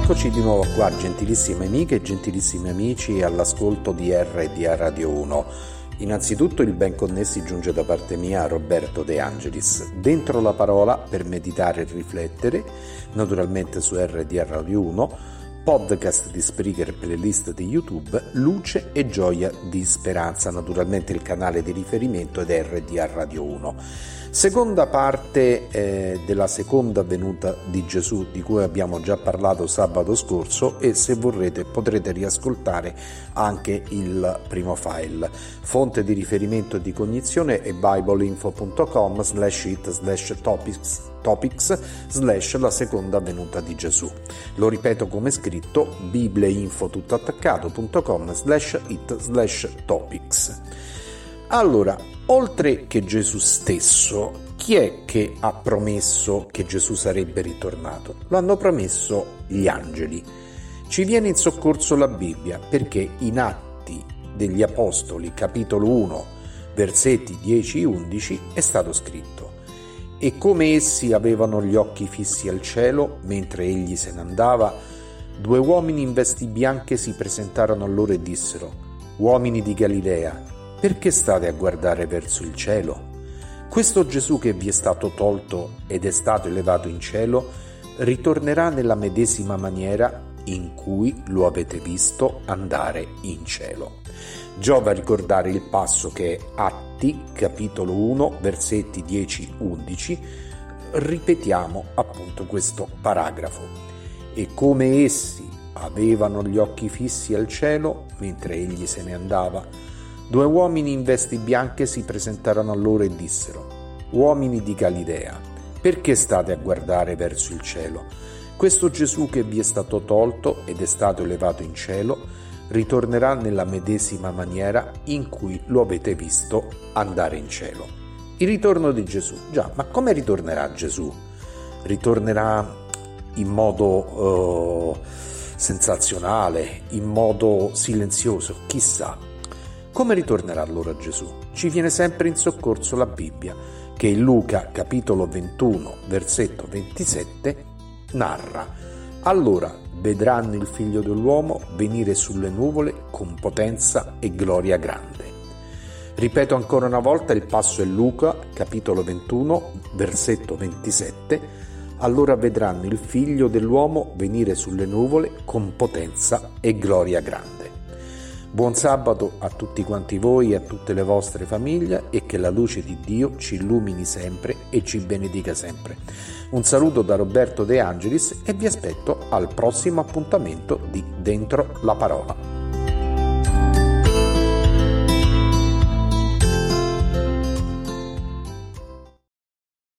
Eccoci di nuovo qua, gentilissime amiche e gentilissimi amici, all'ascolto di RDA Radio 1. Innanzitutto il ben connessi giunge da parte mia, Roberto De Angelis. Dentro la parola per meditare e riflettere, naturalmente su RDA Radio 1, podcast di Spreaker, playlist di YouTube, Luce e Gioia di Speranza, naturalmente il canale di riferimento ed RDA Radio 1. Seconda parte della seconda venuta di Gesù, di cui abbiamo già parlato sabato scorso, e se vorrete potrete riascoltare anche il primo file. Fonte di riferimento e di cognizione è bibleinfo.com/it/topics la seconda venuta di Gesù. Lo ripeto come scritto, bibleinfo@it/topics. Allora, oltre che Gesù stesso, chi è che ha promesso che Gesù sarebbe ritornato? Lo hanno promesso gli angeli. Ci viene in soccorso la Bibbia, perché in Atti degli Apostoli, capitolo 1, versetti 10-11, è stato scritto: «E come essi avevano gli occhi fissi al cielo, mentre egli se ne andava, 2 uomini in vesti bianche si presentarono a loro e dissero: Uomini di Galilea, perché state a guardare verso il cielo? Questo Gesù che vi è stato tolto ed è stato elevato in cielo ritornerà nella medesima maniera in cui lo avete visto andare in cielo». Giova ricordare il passo che è Atti, capitolo 1, versetti 10-11. Ripetiamo appunto questo paragrafo. «E come essi avevano gli occhi fissi al cielo, mentre egli se ne andava, 2 uomini in vesti bianche si presentarono a loro e dissero: Uomini di Galilea, perché state a guardare verso il cielo? Questo Gesù che vi è stato tolto ed è stato elevato in cielo ritornerà nella medesima maniera in cui lo avete visto andare in cielo». Il ritorno di Gesù. Già, ma come ritornerà Gesù? Ritornerà in modo sensazionale, in modo silenzioso? Chissà. Come ritornerà allora Gesù? Ci viene sempre in soccorso la Bibbia, che in Luca capitolo 21 versetto 27 narra: «Allora vedranno il Figlio dell'uomo venire sulle nuvole con potenza e gloria grande». Ripeto ancora una volta, il passo è Luca capitolo 21 versetto 27: «Allora vedranno il Figlio dell'uomo venire sulle nuvole con potenza e gloria grande». Buon sabato a tutti quanti voi e a tutte le vostre famiglie, e che la luce di Dio ci illumini sempre e ci benedica sempre. Un saluto da Roberto De Angelis e vi aspetto al prossimo appuntamento di Dentro la Parola.